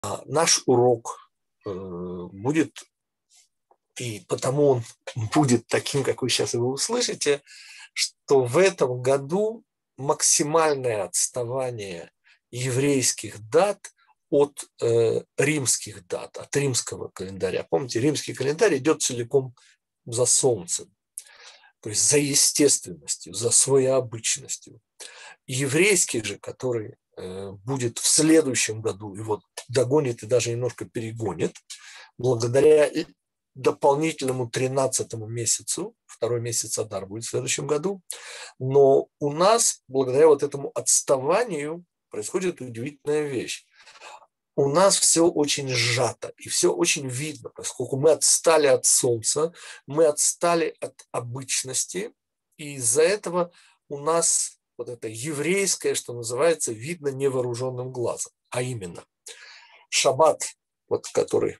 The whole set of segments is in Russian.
Наш урок будет, и потому он будет таким, как вы сейчас его услышите, что в этом году максимальное отставание еврейских дат от римских дат, от римского календаря. Помните, римский календарь идет целиком за солнцем, то есть за естественностью, за своеобычностью. Еврейский же, который будет в следующем году, и вот догонит и даже немножко перегонит, благодаря дополнительному 13-му месяцу, второй месяц Адар будет в следующем году, но у нас, благодаря вот этому отставанию, происходит удивительная вещь. У нас все очень сжато, и все очень видно, поскольку мы отстали от Солнца, мы отстали от обычности, и из-за этого у нас вот это еврейское, что называется, видно невооруженным глазом. А именно, шаббат, вот который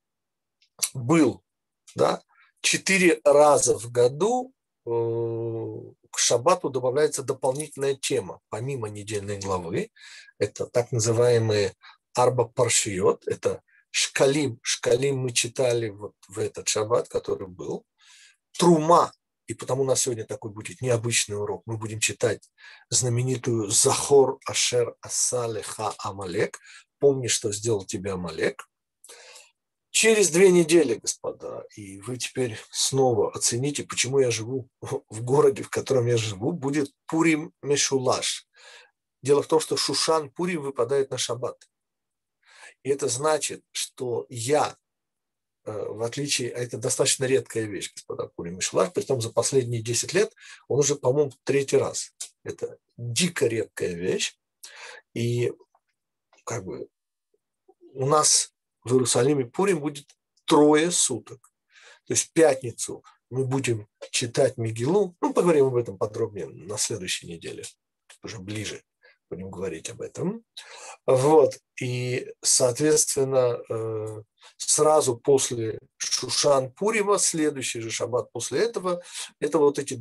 был, да, 4 раза в году к шаббату добавляется дополнительная тема, помимо недельной главы. Это так называемые арба паршиот, это шкалим. Шкалим мы читали вот в этот шаббат, который был. Трума, и потому у нас сегодня такой будет необычный урок. Мы будем читать знаменитую Захор Ашер Аса Леха Амалек. Помни, что сделал тебе Амалек. Через 2 недели, господа, и вы теперь снова оцените, почему я живу в городе, в котором я живу, будет Пурим Мешулаш. Дело в том, что Шушан Пурим выпадает на шаббат. И это значит, что я, в отличие, а это достаточно редкая вещь, господа, Пурим Мешулаш, притом за последние 10 лет он уже, по-моему, 3-й раз. Это дико редкая вещь. И как бы у нас в Иерусалиме Пурим будет 3 суток. То есть в пятницу мы будем читать Мегилу. Ну, поговорим об этом подробнее на следующей неделе. Уже ближе будем говорить об этом. Вот. И, соответственно, сразу после Шушан Пурима, следующий же шаббат после этого, это вот эти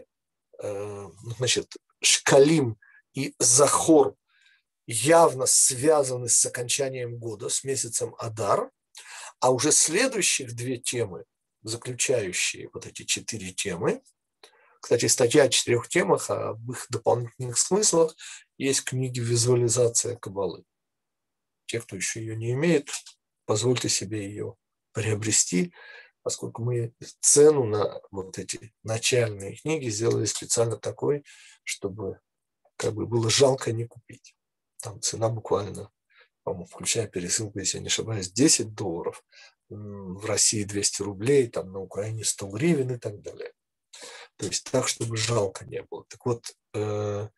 2, значит, Шкалим и Захор, явно связаны с окончанием года, с месяцем Адар, а уже следующих 2 темы, заключающие вот эти 4 темы, кстати, статья о 4 темах, об их дополнительных смыслах, есть в книге «Визуализация Каббалы». Те, кто еще ее не имеет, позвольте себе ее приобрести, поскольку мы цену на вот эти начальные книги сделали специально такой, чтобы как бы было жалко не купить. Там цена буквально, по-моему, включая пересылку, если я не ошибаюсь, $10, в России 200 рублей, там на Украине 100 гривен и так далее. То есть так, чтобы жалко не было. Так вот, 2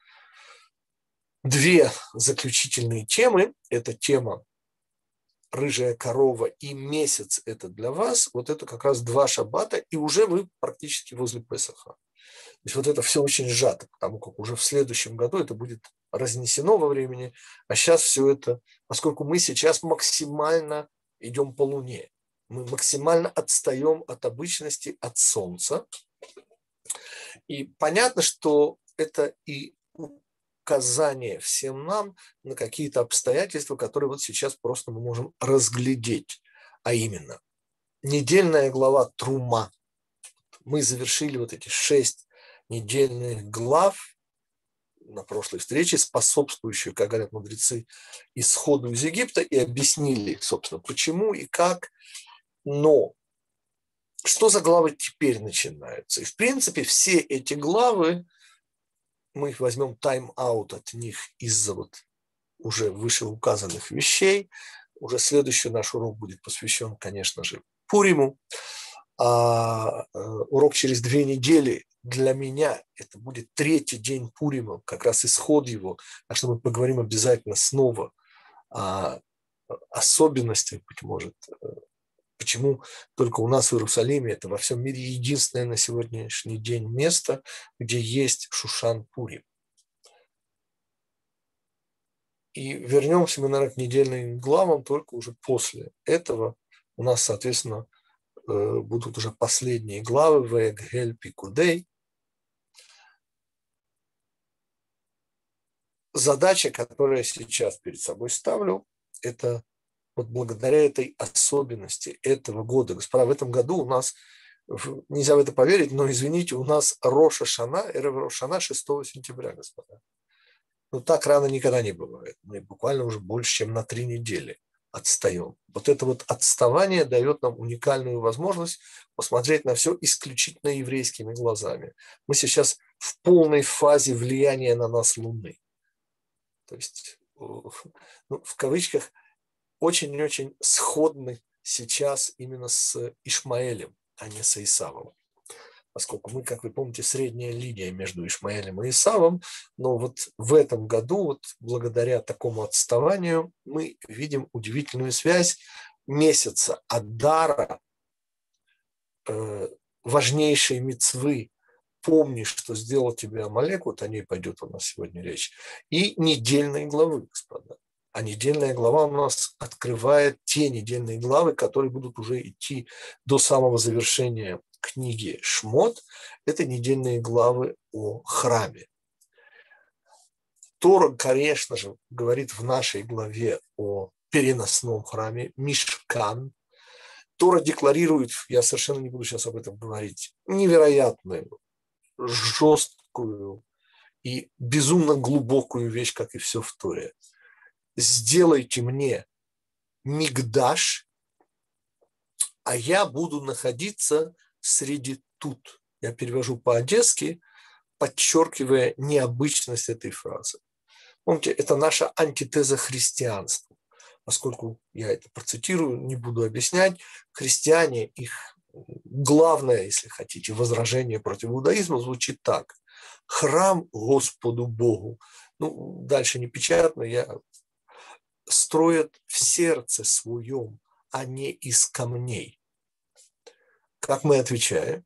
заключительные темы. Это тема «Рыжая корова» и «Месяц» – это для вас. Вот это как раз 2 шаббата, и уже вы практически возле Песаха. То есть вот это все очень сжато, потому как уже в следующем году это будет разнесено во времени, а сейчас все это, поскольку мы сейчас максимально идем по Луне, мы максимально отстаем от обычности, от Солнца. И понятно, что это и указание всем нам на какие-то обстоятельства, которые вот сейчас просто мы можем разглядеть. А именно, недельная глава Трума. Мы завершили вот эти 6 недельных глав на прошлой встрече, способствующие, как говорят мудрецы, исходу из Египта, и объяснили, собственно, почему и как. Но что за главы теперь начинаются? И, в принципе, все эти главы, мы возьмем тайм-аут от них из-за вот уже вышеуказанных вещей. Уже следующий наш урок будет посвящен, конечно же, Пуриму. А урок через 2 недели для меня это будет 3-й день Пурима, как раз исход его. Так что мы поговорим обязательно снова о особенностях, быть может, почему только у нас в Иерусалиме, это во всем мире единственное на сегодняшний день место, где есть Шушан Пурим. И вернемся мы, наверное, к недельным главам только уже после этого. У нас, соответственно, будут уже последние главы Вегель Пикудей. Задача, которую я сейчас перед собой ставлю, это вот благодаря этой особенности этого года. Господа, в этом году у нас, нельзя в это поверить, но, извините, у нас Рош ха-Шана, эрев Рош ха-Шана 6 сентября, господа. Ну, так рано никогда не бывает. Мы буквально уже больше, чем на 3 недели отстаем. Вот это вот отставание дает нам уникальную возможность посмотреть на все исключительно еврейскими глазами. Мы сейчас в полной фазе влияния на нас Луны. То есть, ну, в кавычках, очень-очень сходны сейчас именно с Ишмаэлем, а не с Исавом. Поскольку мы, как вы помните, средняя линия между Ишмаэлем и Исавом, но вот в этом году, вот благодаря такому отставанию, мы видим удивительную связь месяца Адара, важнейшей мицвы, помни, что сделал тебе Амалек, вот о ней пойдет у нас сегодня речь, и недельной главы, господа. А недельная глава у нас открывает те недельные главы, которые будут уже идти до самого завершения книги Шмот. Это недельные главы о храме. Тора, конечно же, говорит в нашей главе о переносном храме, Мишкан. Тора декларирует, я совершенно не буду сейчас об этом говорить, невероятную, жесткую и безумно глубокую вещь, как и все в Торе. Сделайте мне мигдаш, а я буду находиться среди тут. Я перевожу по-одесски, подчеркивая необычность этой фразы. Помните, это наша антитеза христианству. Поскольку я это процитирую, не буду объяснять, христиане, их главное, если хотите, возражение против иудаизма звучит так. Храм Господу Богу. Ну, дальше не печатно, я строят в сердце своем, а не из камней. Как мы отвечаем?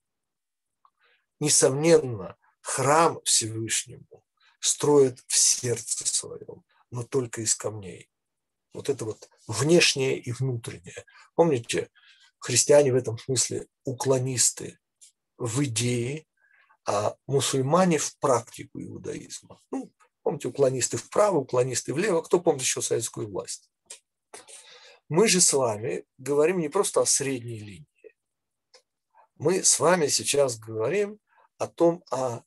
Несомненно, храм Всевышнему строят в сердце своем, но только из камней. Вот это вот внешнее и внутреннее. Помните, христиане в этом смысле уклонисты в идее, а мусульмане в практику иудаизма. Ну, помните, уклонисты вправо, уклонисты влево. Кто помнит еще советскую власть? Мы же с вами говорим не просто о средней линии. Мы с вами сейчас говорим о том,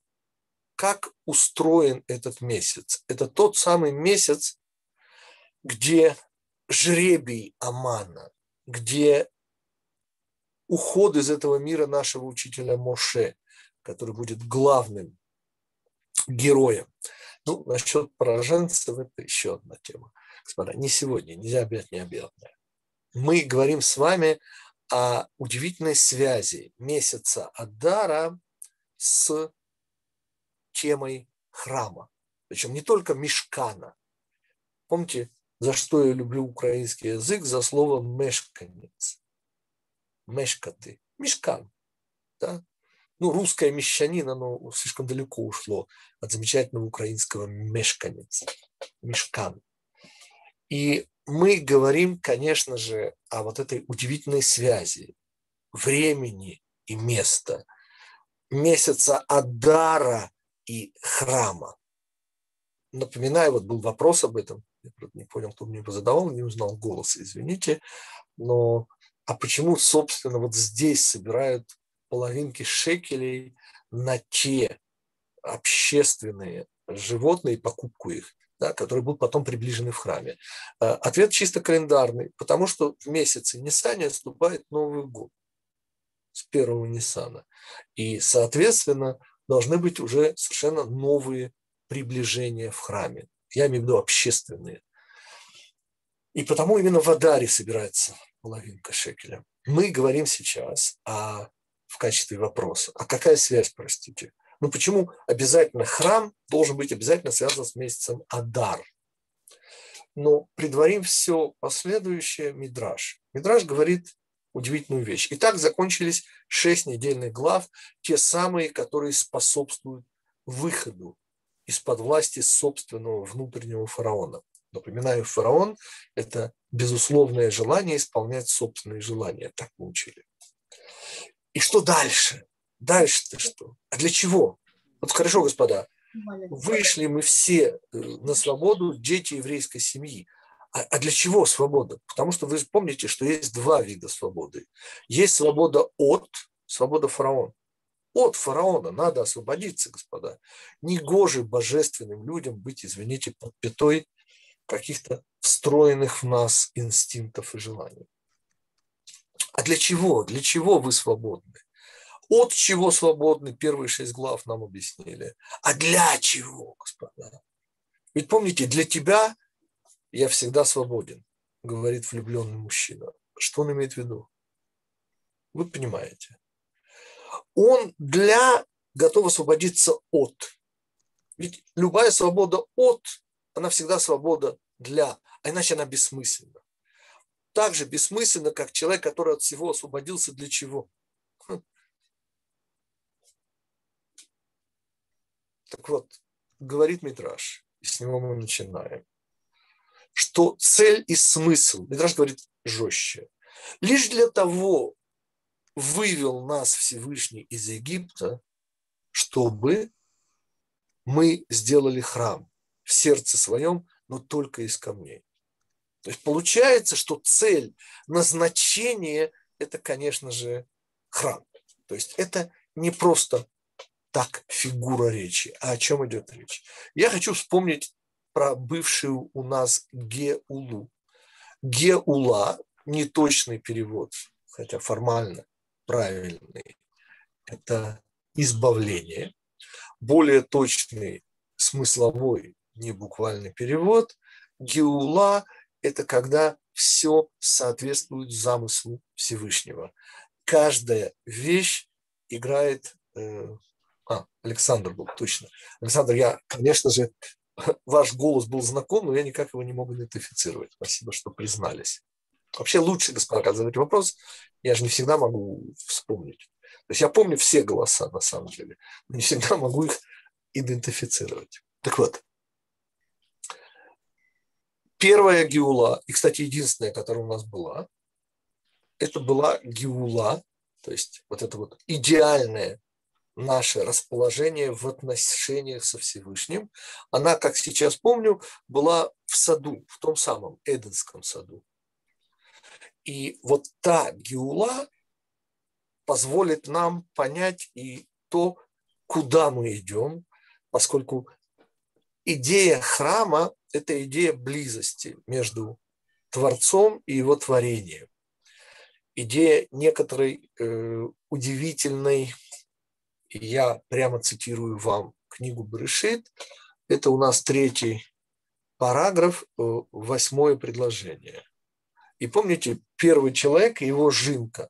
как устроен этот месяц. Это тот самый месяц, где жребий Амана, где уход из этого мира нашего учителя Моше, который будет главным героем. Ну, насчет пораженцев это еще одна тема. Господа, не сегодня, нельзя объять необъятное. Мы говорим с вами о удивительной связи месяца Адара с темой храма. Причем не только мишкана. Помните, за что я люблю украинский язык? За слово мешканец. Мешкаты. Мишкан. Да? Ну, русское мещанин, оно слишком далеко ушло от замечательного украинского мешканец. Мишкан. И мы говорим, конечно же, о вот этой удивительной связи времени и места, месяца Адара и храма. Напоминаю, вот был вопрос об этом, я не понял, кто мне его задавал, не узнал голоса, извините, но а почему, собственно, вот здесь собирают половинки шекелей на те общественные животные, покупку их, да, которые будут потом приближены в храме? Ответ чисто календарный, потому что в месяце Ниссане наступает Новый год с первого Ниссана. И, соответственно, должны быть уже совершенно новые приближения в храме. Я имею в виду общественные. И потому именно в Адаре собирается половинка шекеля. Мы говорим сейчас в качестве вопроса, а какая связь, простите? Ну почему обязательно храм должен быть обязательно связан с месяцем Адар? Но предварим все последующее Мидраш. Мидраш говорит удивительную вещь. Итак, закончились 6 недельных глав, те самые, которые способствуют выходу из-под власти собственного внутреннего фараона. Напоминаю, фараон – это безусловное желание исполнять собственные желания. Так мы учили. И что дальше? Дальше-то что? А для чего? Вот хорошо, господа, вышли мы все на свободу, дети еврейской семьи. А для чего свобода? Потому что вы же помните, что есть два вида свободы. Есть свобода от, свобода фараона. От фараона надо освободиться, господа. Негоже божественным людям быть, извините, под пятой каких-то встроенных в нас инстинктов и желаний. А для чего? Для чего вы свободны? От чего свободны? Первые 6 глав нам объяснили. А для чего, господа? Ведь помните, для тебя я всегда свободен, говорит влюбленный мужчина. Что он имеет в виду? Вы понимаете. Он готов освободиться от. Ведь любая свобода от, она всегда свобода для, а иначе она бессмысленна. Так же бессмысленно, как человек, который от всего освободился для чего? Так вот, говорит Мидраш, и с него мы начинаем, что цель и смысл, Мидраш говорит жестче, лишь для того вывел нас Всевышний из Египта, чтобы мы сделали храм в сердце своем, но только из камней. То есть получается, что цель, назначение – это, конечно же, храм. То есть это не просто так фигура речи. А о чем идет речь? Я хочу вспомнить про бывшую у нас Геулу. Геула – неточный перевод, хотя формально правильный. Это избавление. Более точный смысловой, не буквальный перевод. Геула – это когда все соответствует замыслу Всевышнего. Каждая вещь играет... Александр был, точно. Александр, я, конечно же, ваш голос был знаком, но я никак его не могу идентифицировать. Спасибо, что признались. Вообще лучше, господа, когда задаете вопрос, я же не всегда могу вспомнить. То есть я помню все голоса, на самом деле, но не всегда могу их идентифицировать. Так вот, первая геула, и, кстати, единственная, которая у нас была, это была геула, то есть вот это вот идеальное наше расположение в отношениях со Всевышним. Она, как сейчас помню, была в саду, в том самом Эденском саду. И вот та геула позволит нам понять и то, куда мы идем, поскольку идея храма – это идея близости между Творцом и его творением. Идея некоторой удивительной, я прямо цитирую вам книгу Берешит, это у нас 3 параграф, 8 предложение. И помните, первый человек и его жинка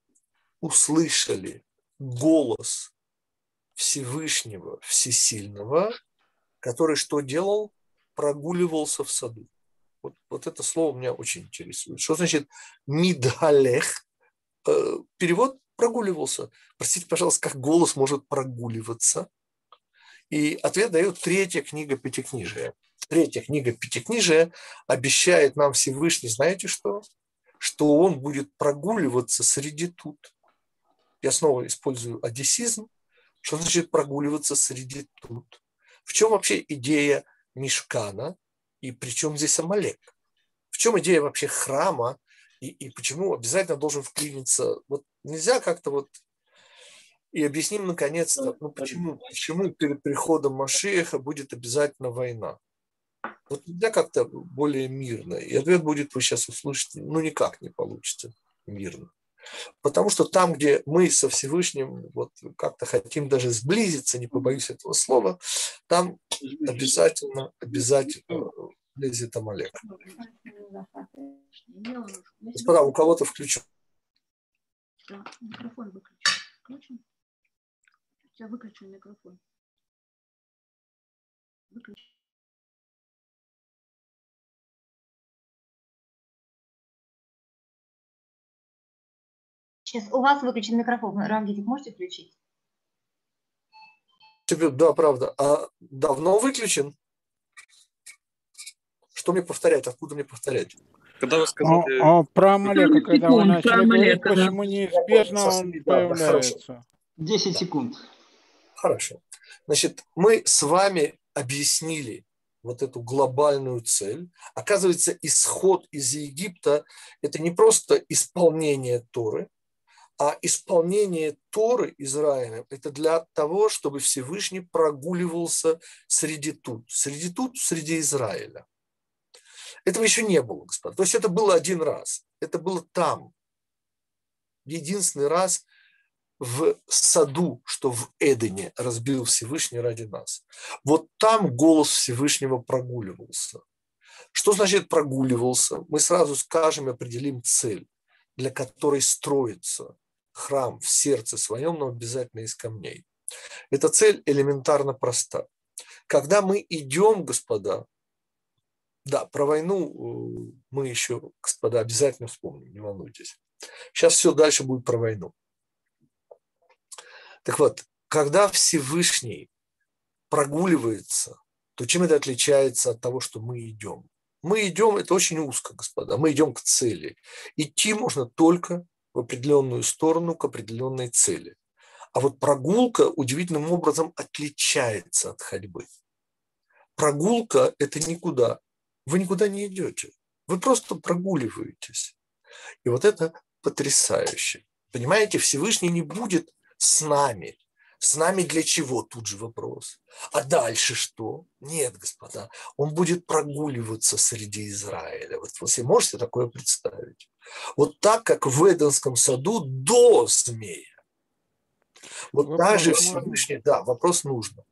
услышали голос Всевышнего, Всесильного, который что делал? Прогуливался в саду. Вот это слово меня очень интересует. Что значит мидгалех? Перевод прогуливался. Простите, пожалуйста, как голос может прогуливаться? И ответ дает 3 книга Пятикнижия. 3 книга Пятикнижия обещает нам Всевышний, знаете что? Что он будет прогуливаться среди тут. Я снова использую одессизм. Что значит прогуливаться среди тут? В чем вообще идея Мишкана? И при чем здесь Амалек? В чем идея вообще храма? И почему обязательно должен вклиниться? Вот нельзя как-то вот... И объясним наконец-то, почему перед приходом Машиаха будет обязательно война. Вот нельзя как-то более мирно. И ответ будет, вы сейчас услышите, никак не получится мирно. Потому что там, где мы со Всевышним вот как-то хотим даже сблизиться, не побоюсь этого слова, там обязательно лезет Амалек. Господа, у кого-то включен. Да, микрофон выключен. Включен? У тебя выключен микрофон. Выключен. Сейчас у вас выключен микрофон. Рамгитик, можете включить? Да, правда. А давно выключен? Что мне повторять? Откуда мне повторять? Когда вы сказали... Про Амалека, когда вы начали говорить, да. почему неизбежно он появляется? 10 секунд. Хорошо. Значит, мы с вами объяснили вот эту глобальную цель. Оказывается, исход из Египта – это не просто исполнение Торы, а исполнение Торы Израиля – это для того, чтобы Всевышний прогуливался среди среди Израиля. Этого еще не было, господа. То есть это было один раз. Это было там. Единственный раз в саду, что в Эдене разбил Всевышний ради нас. Вот там голос Всевышнего прогуливался. Что значит прогуливался? Мы сразу скажем и определим цель, для которой строится храм в сердце своем, но обязательно из камней. Эта цель элементарно проста. Когда мы идем, господа, да, про войну мы еще, господа, обязательно вспомним, не волнуйтесь. Сейчас все дальше будет про войну. Так вот, когда Всевышний прогуливается, то чем это отличается от того, что мы идем? Мы идем, это очень узко, господа, мы идем к цели. Идти можно только в определенную сторону, к определенной цели. А вот прогулка удивительным образом отличается от ходьбы. Прогулка – это никуда. Вы никуда не идете. Вы просто прогуливаетесь. И вот это потрясающе. Понимаете, Всевышний не будет с нами. С нами для чего? Тут же вопрос. А дальше что? Нет, господа. Он будет прогуливаться среди Израиля. Вот вы себе можете такое представить? Вот так, как в Эденском саду до змея. Вот Вопрос даже можно? Всевышний, да, вопрос нужно.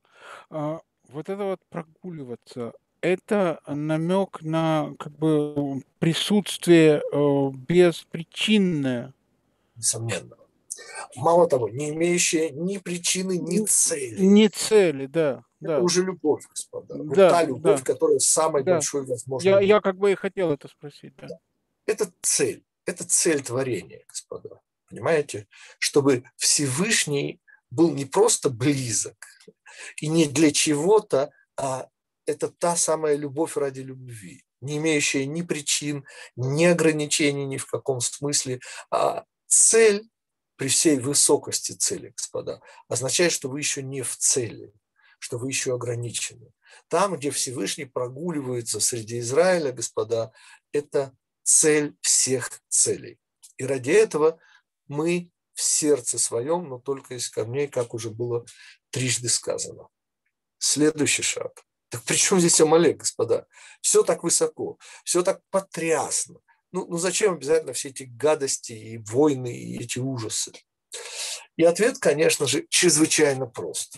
Вот это вот прогуливаться, это намек на как бы присутствие беспричинное. Несомненно. Мало того, не имеющая ни причины, ни цели. Не цели, да. Это Да, уже любовь, господа. Вот да, та любовь, да, которая самой да. большой возможной. Я как бы и хотел это спросить, да. Это цель творения, господа. Понимаете? Чтобы Всевышний был не просто близок и не для чего-то, а это та самая любовь ради любви, не имеющая ни причин, ни ограничений ни в каком смысле, а цель при всей высокости цели, господа, означает, что вы еще не в цели, что вы еще ограничены. Там, где Всевышний прогуливается среди Израиля, господа, это цель всех целей. И ради этого мы в сердце своем, но только из камней, как уже было трижды сказано. Следующий шаг. Так при чем здесь Амалек, господа? Все так высоко, все так потрясно. Ну зачем обязательно все эти гадости и войны, и эти ужасы? И ответ, конечно же, чрезвычайно прост.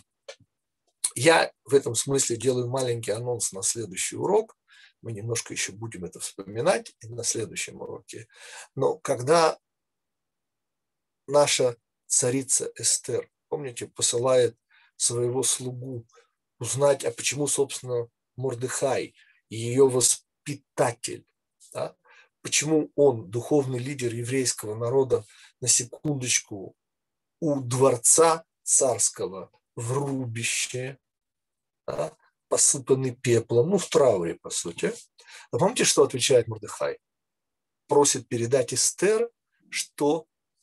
Я в этом смысле делаю маленький анонс на следующий урок. Мы немножко еще будем это вспоминать на следующем уроке. Но когда наша царица Эстер, помните, посылает своего слугу узнать, а почему, собственно, Мордехай, ее воспитатель, да, почему он, духовный лидер еврейского народа, на секундочку, у дворца царского в рубище, да, посыпанный пеплом, в трауре, по сути. А помните, что отвечает Мордехай? Просит передать Эстер, что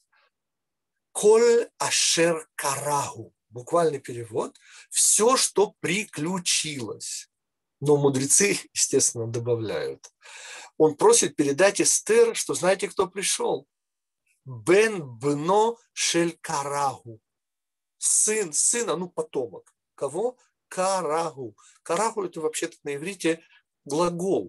«Коль ашер карагу», буквальный перевод, все, что приключилось. Но мудрецы, естественно, добавляют. Он просит передать Эстер, что знаете, кто пришел? Бен бно шель карагу. Сын, потомок. Кого? Карагу. Карагу – это вообще-то на иврите глагол.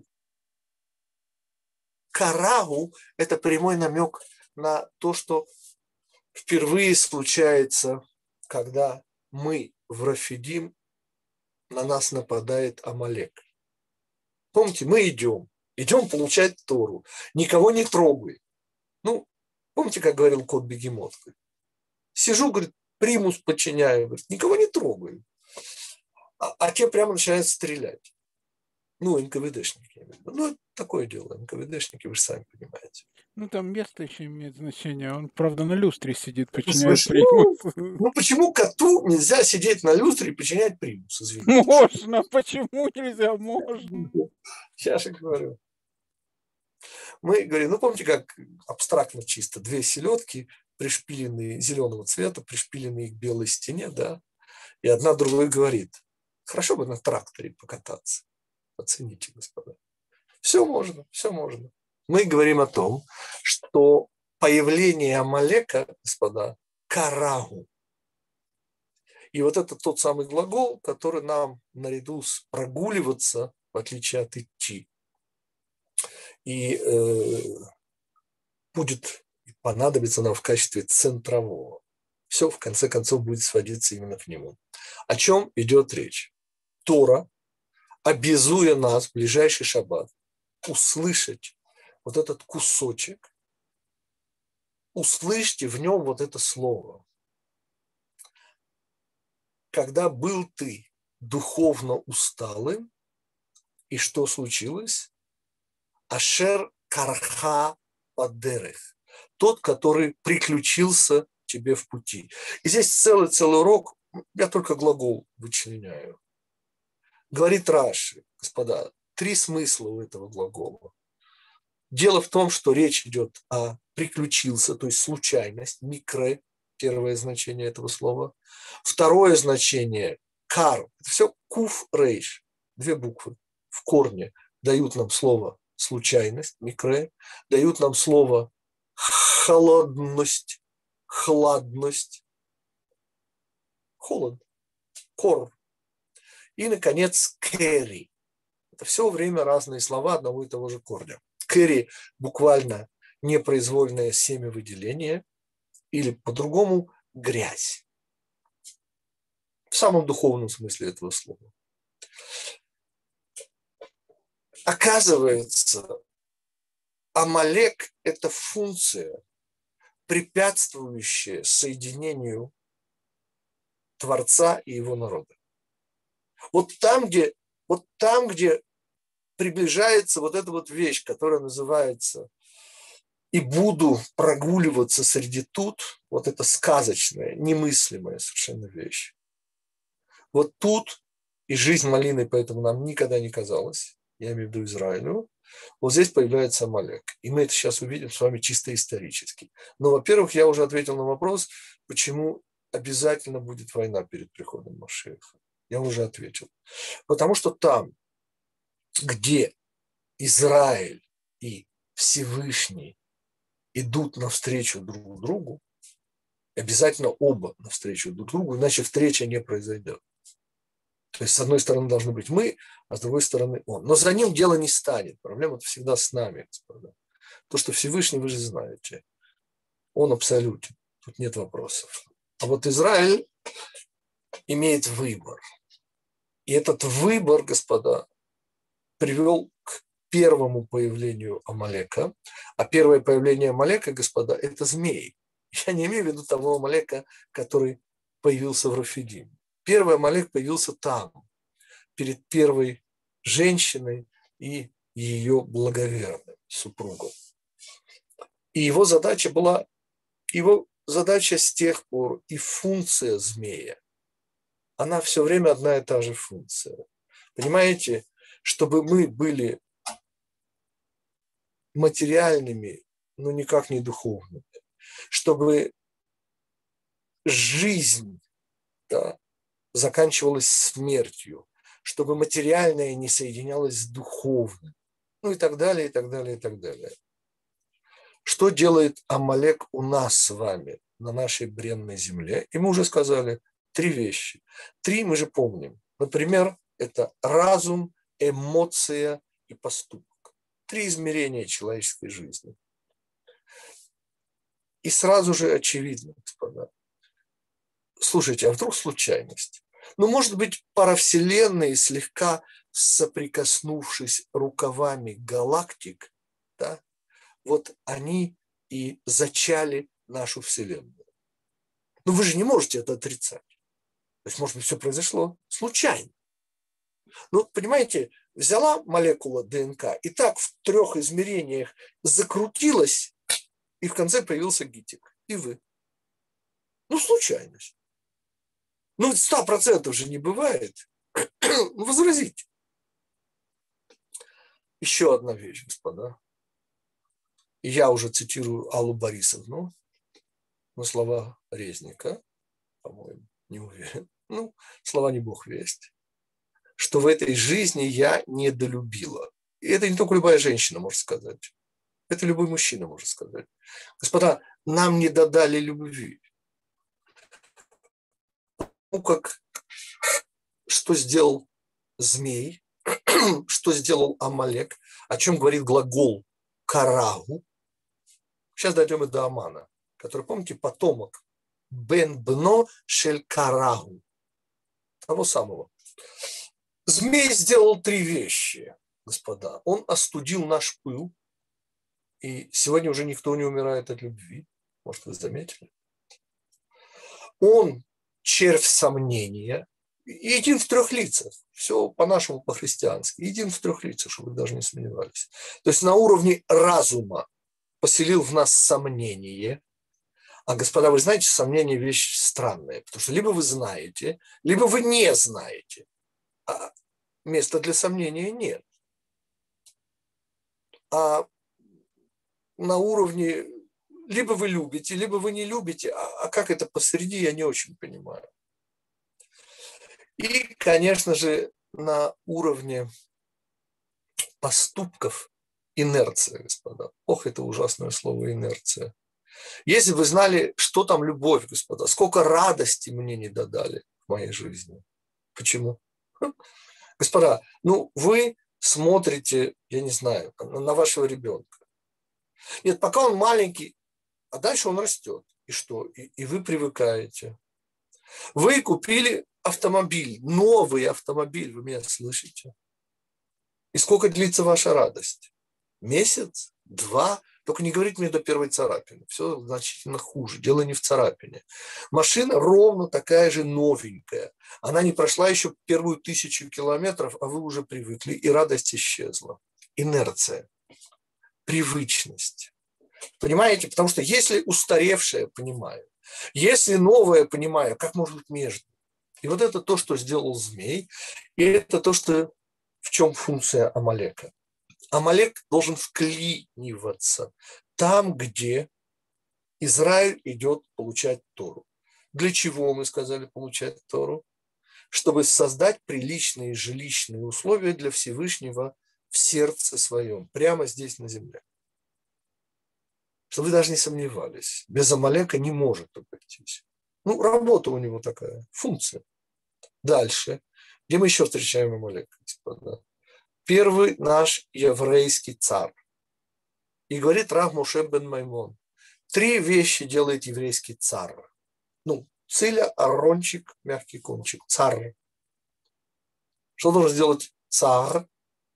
Карагу – это прямой намек на то, что впервые случается, когда мы в Рафидим, на нас нападает Амалек. Помните, мы идем получать Тору, никого не трогай. Помните, как говорил кот Бегемот? Сижу, говорит, примус подчиняю, говорит, никого не трогаю. А те прямо начинают стрелять. НКВДшники. Такое дело, НКВДшники, вы же сами понимаете. Там место еще имеет значение. Он, правда, на люстре сидит, подчиняет примус. Почему коту нельзя сидеть на люстре и подчинять примус? Извините. Можно, почему нельзя? Можно. Я же говорю. Мы говорим, помните, как абстрактно чисто, две селедки, пришпиленные зеленого цвета, пришпиленные к белой стене, да, и одна другой говорит, хорошо бы на тракторе покататься. Оцените, господа. Все можно, все можно. Мы говорим о том, что появление Амалека, господа, карагу. И вот это тот самый глагол, который нам наряду с прогуливаться, в отличие от идти, и будет понадобиться нам в качестве центрового. Все, в конце концов, будет сводиться именно к нему. О чем идет речь? Тора, обязуя нас в ближайший шаббат услышать вот этот кусочек, услышьте в нем вот это слово. Когда был ты духовно усталым, и что случилось? Ашер карха падерех. Тот, который приключился тебе в пути. И здесь целый урок, я только глагол вычленяю. Говорит Раши, господа, 3 смысла у этого глагола. Дело в том, что речь идет о приключился, то есть случайность, микре, первое значение этого слова. Второе значение кар, это все куф рейш, 2 буквы в корне дают нам слово случайность, микре, дают нам слово холодность, хладность, холод, кор. И, наконец, кэри. Это все время разные слова одного и того же корня. Кэри буквально непроизвольное семявыделение или по-другому грязь. В самом духовном смысле этого слова. Оказывается, Амалек – это функция, препятствующая соединению Творца и его народа. Вот там, где приближается вот эта вот вещь, которая называется «и буду прогуливаться среди тут», вот это сказочная, немыслимая совершенно вещь. Вот тут и жизнь малиной поэтому нам никогда не казалась, я имею в виду Израилю, вот здесь появляется Амалек. И мы это сейчас увидим с вами чисто исторически. Но, во-первых, я уже ответил на вопрос, почему обязательно будет война перед приходом Машиаха. Я уже ответил. Потому что там, где Израиль и Всевышний идут навстречу друг другу, обязательно оба навстречу друг другу, иначе встреча не произойдет. То есть, с одной стороны, должны быть мы, а с другой стороны он. Но за ним дело не станет. Проблема всегда с нами, господа. То, что Всевышний, вы же знаете, он абсолютен. Тут нет вопросов. А вот Израиль имеет выбор. И этот выбор, господа, привел к первому появлению Амалека. А первое появление Амалека, господа, это змей. Я не имею в виду того Амалека, который появился в Рафидиме. Первый Амалек появился там, перед первой женщиной и ее благоверным супругом. И его задача с тех пор и функция змея, она все время одна и та же функция. Понимаете, чтобы мы были материальными, но никак не духовными, чтобы жизнь, да, заканчивалась смертью, чтобы материальное не соединялось с духовным, ну и так далее, и так далее, и так далее. Что делает Амалек у нас с вами на нашей бренной земле? И мы уже сказали 3 вещи. 3 мы же помним. Например, это разум, эмоция и поступок. 3 измерения человеческой жизни. И сразу же очевидно, господа. Слушайте, а вдруг случайность? Ну, может быть, паравселенные, слегка соприкоснувшись рукавами галактик, да, вот они и зачали нашу Вселенную. Но вы же не можете это отрицать. То есть, может быть, все произошло случайно. Ну, понимаете, взяла молекула ДНК и так в 3 измерениях закрутилась, и в конце появился гитик. И вы. Ну, случайность. Ну, 100% же не бывает. Ну, возразите. Еще одна вещь, господа. Я уже цитирую Аллу Борисовну, но слова Резника, по-моему, не уверен. Ну, слова не бог весть. что в этой жизни я недолюбила. И это не только любая женщина может сказать. Это любой мужчина может сказать. Господа, нам не додали любви. Ну, как, что сделал змей, что сделал Амалек, о чем говорит глагол карагу. Сейчас дойдем и до Амана, который, помните, потомок бен бно шель карагу, того самого. Змей сделал 3 вещи, господа. Он остудил наш пыл, и сегодня уже никто не умирает от любви. Может, вы заметили? Он червь сомнения, един в 3 лицах. Все по-нашему, по-христиански. Един в 3 лицах, чтобы вы даже не сомневались. То есть на уровне разума поселил в нас сомнение. А, господа, вы знаете, сомнение – вещь странная. Потому что либо вы знаете, либо вы не знаете. А места для сомнения нет. А на уровне либо вы любите, либо вы не любите. А как это посреди, я не очень понимаю. И, конечно же, на уровне поступков инерция, господа. Ох, это ужасное слово инерция. Если бы вы знали, что там любовь, господа, сколько радости мне не додали в моей жизни. Почему? Господа, ну вы смотрите, я не знаю, на вашего ребенка. Нет, пока он маленький, а дальше он растет. И что? И вы привыкаете. Вы купили автомобиль, новый автомобиль, вы меня слышите? И сколько длится ваша радость? Месяц? 2? Только не говорите мне до первой царапины. Все значительно хуже. Дело не в царапине. Машина ровно такая же новенькая. Она не прошла еще первую 1000 километров, а вы уже привыкли, и радость исчезла. Инерция. Привычность. Понимаете? Потому что если устаревшее понимаю, если новое понимаю, как может быть между? И вот это то, что сделал змей, и это то, что в чем функция Амалека. Амалек должен вклиниваться там, где Израиль идет получать Тору. Для чего, мы сказали, получать Тору? Чтобы создать приличные жилищные условия для Всевышнего в сердце своем, прямо здесь на земле. Чтобы вы даже не сомневались, без Амалека не может обойтись. Ну, работа у него такая, функция. Дальше. Где мы еще встречаем Амалека, господа? Первый наш еврейский царь. И говорит Рав Моше бен Маймон. 3 вещи делает еврейский царь. Ну, циля, арончик, мягкий кончик. Царь. Что должен сделать царь?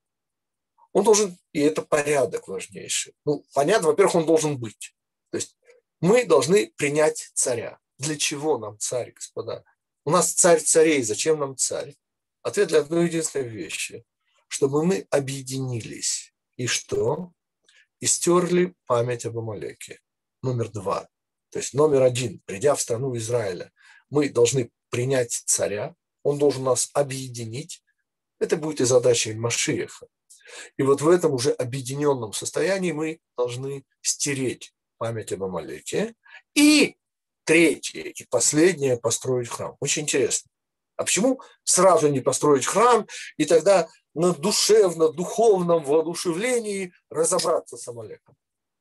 Он должен, и это порядок важнейший. Ну, понятно, во-первых, он должен быть. То есть мы должны принять царя. Для чего нам царь, господа? У нас царь царей. Зачем нам царь? Ответ для одной единственной вещи. Чтобы мы объединились. И что? И стерли память об Амалеке. Номер 2. То есть номер 1. Придя в страну Израиля, мы должны принять царя. Он должен нас объединить. Это будет и задача Машиаха. И вот в этом уже объединенном состоянии мы должны стереть память об Амалеке. И 3 и последнее – построить храм. Очень интересно. А почему сразу не построить храм и тогда на духовном воодушевлении разобраться с Амалеком?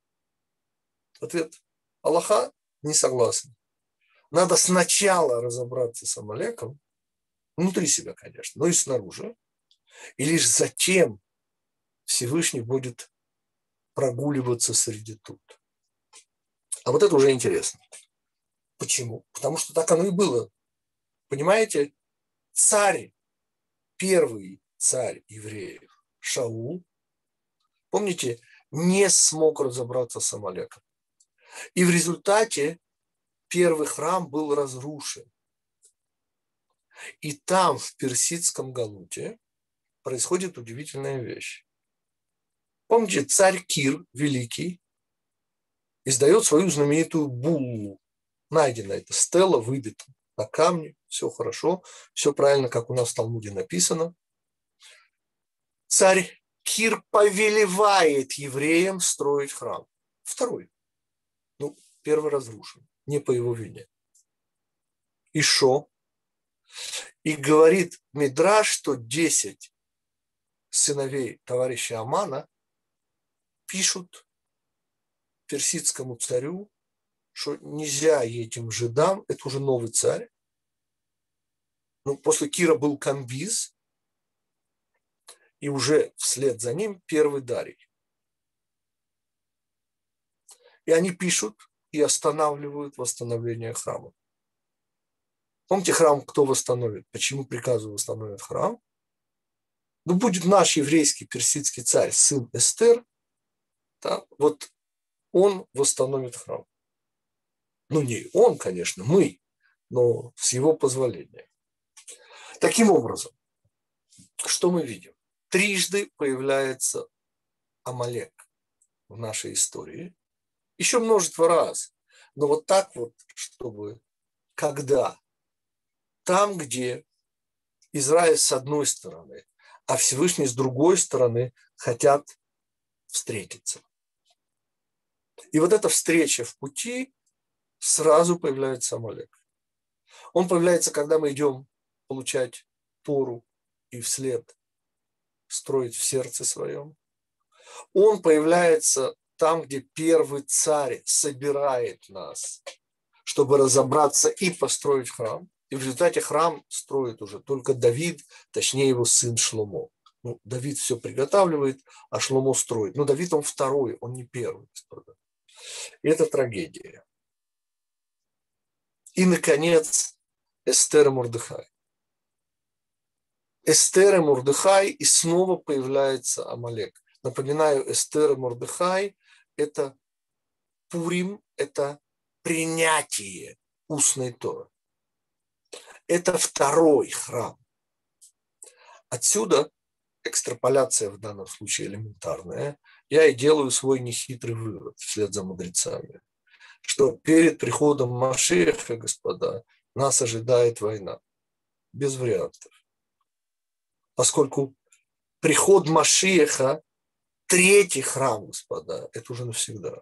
Ответ – Аллаха не согласен. Надо сначала разобраться с Амалеком, внутри себя, конечно, но и снаружи. И лишь затем Всевышний будет прогуливаться среди тут. А вот это уже интересно. Почему? Потому что так оно и было. Понимаете, царь, первый царь евреев, Шаул, помните, не смог разобраться с Амалеком. И в результате первый храм был разрушен. И там, в персидском Галуте, происходит удивительная вещь. Помните, царь Кир Великий издает свою знаменитую буллу. Найдена эта стела, выбита на камне, все хорошо, все правильно, как у нас в Талмуде написано. Царь Кир повелевает евреям строить храм. Второй. Ну, первый разрушен, не по его вине. И шо? И говорит Мидраш, что 10 сыновей товарища Амана пишут персидскому царю, что нельзя этим жидам, это уже новый царь. Ну, после Кира был Камбиз, и уже вслед за ним первый Дарий. И они пишут и останавливают восстановление храма. Помните, храм кто восстановит? Почему приказу восстановят храм? Ну, будет наш еврейский персидский царь, сын Эстер, да, вот он восстановит храм. Ну, не он, конечно, мы, но с его позволения. Таким образом, что мы видим? Трижды появляется Амалек в нашей истории. Еще множество раз. Но вот так вот, чтобы когда там, где Израиль с одной стороны, а Всевышний с другой стороны хотят встретиться. И вот эта встреча в пути, сразу появляется Амалек. Он появляется, когда мы идем получать Тору и вслед строить в сердце своем. Он появляется там, где первый царь собирает нас, чтобы разобраться и построить храм. И в результате храм строит уже только Давид, точнее его сын Шломо. Ну, Давид все приготавливает, а Шломо строит. Но Давид он второй, он не первый. И это трагедия. И, наконец, Эстер и Мордехай. Эстер и Мордехай, и снова появляется Амалек. Напоминаю, Эстер и Мордехай – это Пурим, это принятие устной Торы. Это второй храм. Отсюда экстраполяция в данном случае элементарная. Я и делаю свой нехитрый вывод вслед за мудрецами, что перед приходом Машиаха, господа, нас ожидает война. Без вариантов. Поскольку приход Машиаха, третий храм, господа, это уже навсегда.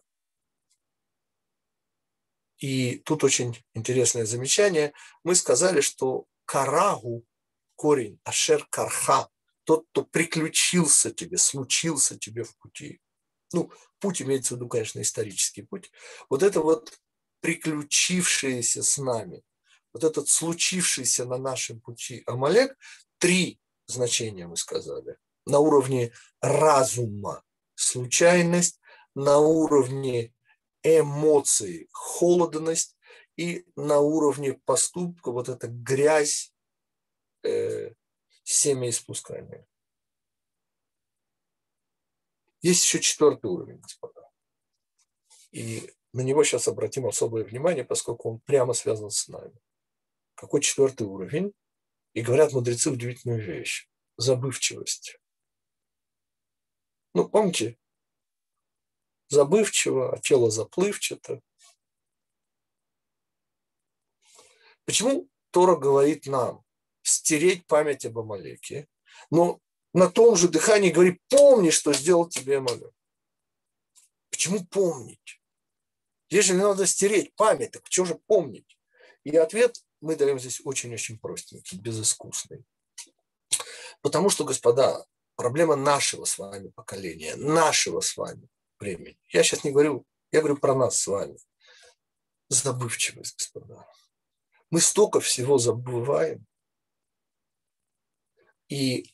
И тут очень интересное замечание. Мы сказали, что карагу, корень, ашер карха, тот, кто приключился тебе, случился тебе в пути. Ну, путь имеется в виду, конечно, исторический путь. Вот это вот приключившееся с нами, вот этот случившийся на нашем пути Амалек, 3 значения мы сказали. На уровне разума случайность, на уровне эмоций холодность и на уровне поступка вот эта грязь, семяиспускания. Есть еще 4-й уровень, господа. И на него сейчас обратим особое внимание, поскольку он прямо связан с нами. Какой 4-й уровень? И говорят мудрецы удивительную вещь. Забывчивость. Ну, помните, забывчиво, а тело заплывчато. Почему Тора говорит нам стереть память об Амалеке, но на том же дыхании говорит: помни, что сделал тебе Амалек? Почему помнить? Если надо стереть память, так что же помнить? И ответ мы даем здесь очень-очень простенький, безыскусный. Потому что, господа, проблема нашего с вами поколения, нашего с вами времени. Я сейчас не говорю, я говорю про нас с вами. Забывчивость, господа. Мы столько всего забываем. И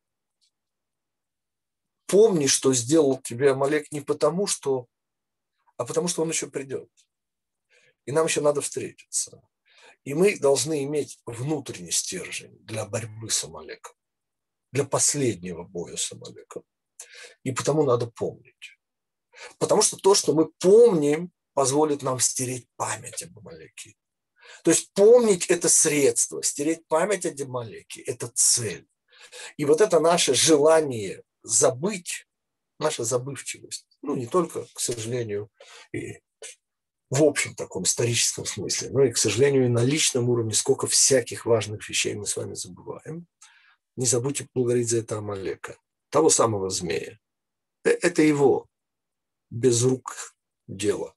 помни, что сделал тебе Амалек не потому, что, а потому что он еще придет. И нам еще надо встретиться. И мы должны иметь внутренний стержень для борьбы с Амалеком, для последнего боя с Амалеком. И потому надо помнить. Потому что то, что мы помним, позволит нам стереть память об Амалеке. То есть помнить – это средство, стереть память об Амалеке – это цель. И вот это наше желание забыть, наша забывчивость, ну не только, к сожалению, и в общем таком историческом смысле, но и, к сожалению, и на личном уровне, сколько всяких важных вещей мы с вами забываем. Не забудьте благодарить за это Амалека, того самого змея. Это его без рук дело.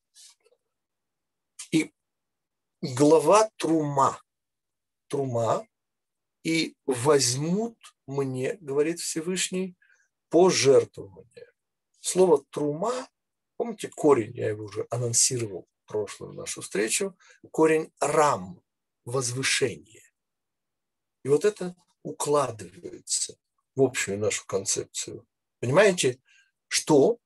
И глава Трума. Трума и возьмут мне, говорит Всевышний, пожертвование. Слово трума, помните корень, я его уже анонсировал в прошлую нашу встречу, корень рам, возвышение. И вот это укладывается в общую нашу концепцию. Понимаете, что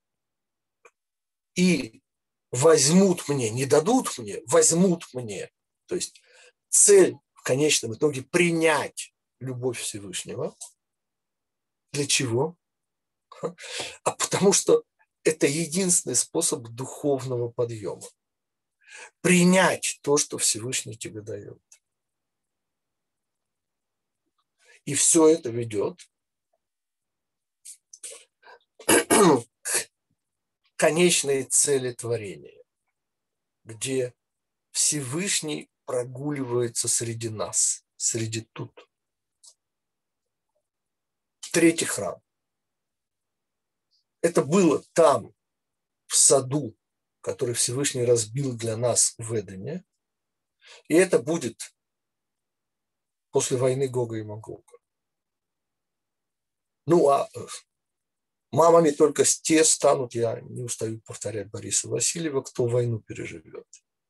и возьмут мне, не дадут мне, возьмут мне. То есть цель в конечном итоге принять любовь Всевышнего. Для чего? А потому что это единственный способ духовного подъема. Принять то, что Всевышний тебе дает. И все это ведет к конечной цели творения, где Всевышний прогуливается среди нас, среди тут. Третий храм. Это было там, в саду, который Всевышний разбил для нас в Эдене. И это будет после войны Гога и Магога. Ну, а мамами только те станут, я не устаю повторять Бориса Васильева, кто войну переживет.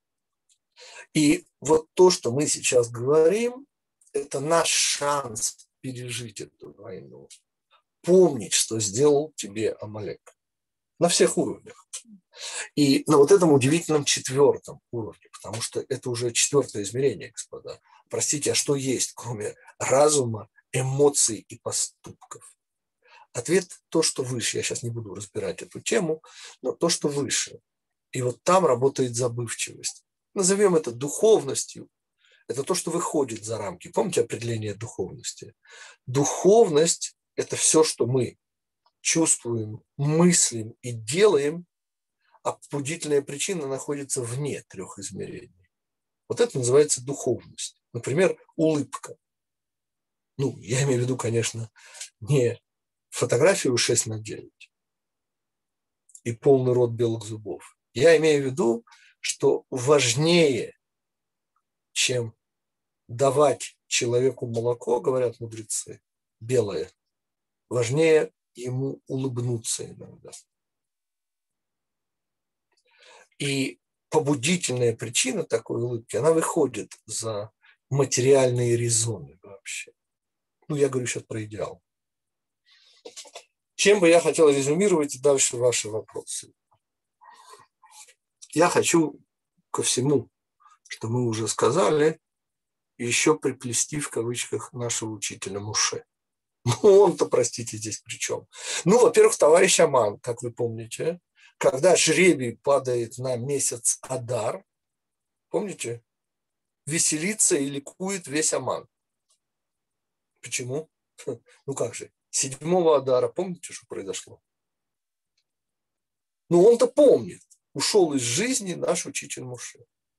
И вот то, что мы сейчас говорим, это наш шанс пережить эту войну. Помнить, что сделал тебе Амалек. На всех уровнях. И на вот этом удивительном четвертом уровне, потому что это уже четвертое измерение, господа. Простите, а что есть, кроме разума, эмоций и поступков? Ответ – то, что выше. Я сейчас не буду разбирать эту тему, но то, что выше. И вот там работает забывчивость. Назовем это духовностью. Это то, что выходит за рамки. Помните определение духовности? Духовность – это все, что мы чувствуем, мыслим и делаем, а побудительная причина находится вне трех измерений. Вот это называется духовность. Например, улыбка. Ну, я имею в виду, конечно, не фотографию 6:9 и полный рот белых зубов. Я имею в виду, что важнее, чем давать человеку молоко, говорят мудрецы, белое, важнее ему улыбнуться иногда. И побудительная причина такой улыбки, она выходит за материальные резоны вообще. Ну, я говорю сейчас про идеал. Чем бы я хотел резюмировать дальше ваши вопросы? Я хочу ко всему, что мы уже сказали, еще приплести в кавычках нашего учителя Моше. Ну, он-то, простите, здесь при чем? Ну, во-первых, товарищ Аман, как вы помните, когда жребий падает на месяц Адар, помните, веселится и ликует весь Аман. Почему? Ну как же, 7-го Адара, помните, что произошло? Ну, он-то помнит. Ушел из жизни наш учитель Моше.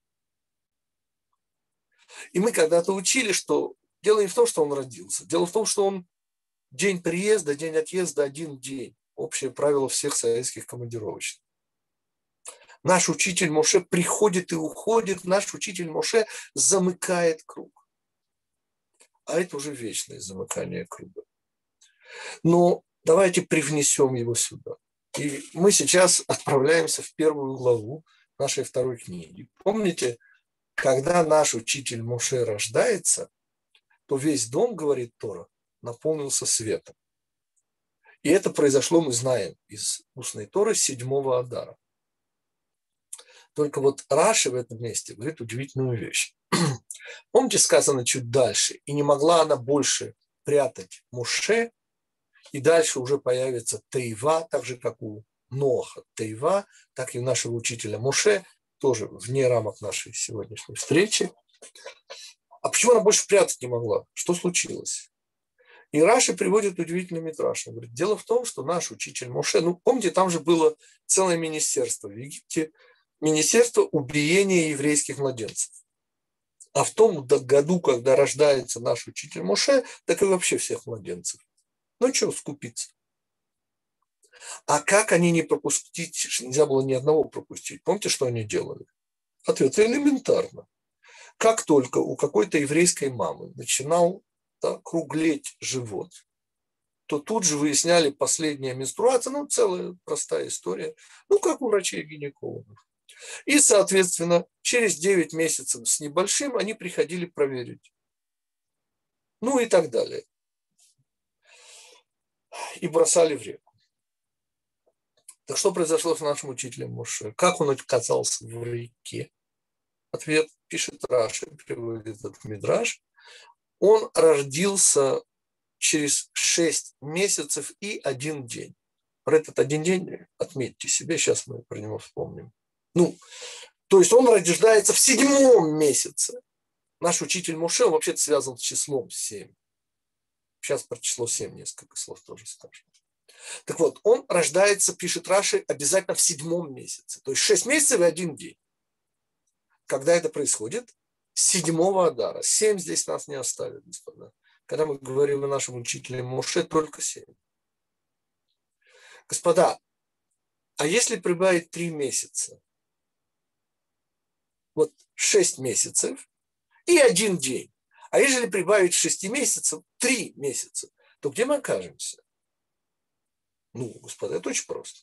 И мы когда-то учили, что дело не в том, что он родился. Дело в том, что он день приезда, день отъезда, один день. Общее правило всех советских командировочных. Наш учитель Моше приходит и уходит. Наш учитель Моше замыкает круг. А это уже вечное замыкание круга. Но давайте привнесем его сюда. И мы сейчас отправляемся в первую главу нашей второй книги. Помните, когда наш учитель Моше рождается, то весь дом, говорит Тора, наполнился светом. И это произошло, мы знаем, из устной Торы 7-го Адара. Только вот Раши в этом месте говорит удивительную вещь. Помните, сказано чуть дальше, и не могла она больше прятать Моше, и дальше уже появится Тейва, так же, как у Ноха Тейва, так и у нашего учителя Моше, тоже вне рамок нашей сегодняшней встречи. А почему она больше прятать не могла? Что случилось? И Раши приводит удивительный мидраш. Он говорит, дело в том, что наш учитель Моше, ну, помните, там же было целое министерство в Египте, министерство убиения еврейских младенцев. А в том году, когда рождается наш учитель Моше, так и вообще всех младенцев. Ну, что, скупиться. А как они не пропустить, нельзя было ни одного пропустить. Помните, что они делали? Ответ элементарно. Как только у какой-то еврейской мамы начинал да, круглеть живот, то тут же выясняли последняя менструация, ну, целая простая история, ну, как у врачей-гинекологов. И, соответственно, через 9 месяцев с небольшим они приходили проверить. Ну и так далее. И бросали в реку. Так что произошло с нашим учителем Моше? Как он оказался в реке? Ответ пишет Раши, приводит этот мидраш. Он родился через 6 месяцев и 1 день. Про этот 1 день отметьте себе, сейчас мы про него вспомним. Ну, то есть он рождается в 7 месяце. Наш учитель Моше, он вообще-то связан с числом 7. Сейчас про число 7 несколько слов тоже скажем. Так вот, он рождается, пишет Раши, обязательно в 7 месяце. То есть 6 месяцев и 1 день. Когда это происходит? 7-го Адара. 7 здесь нас не оставит, господа. Когда мы говорим о нашем учителе Моше, только 7. Господа, а если прибавить 3 месяца? Вот 6 месяцев и 1 день. А если прибавить 6 месяцев 3 месяца, то где мы окажемся? Ну, господа, это очень просто.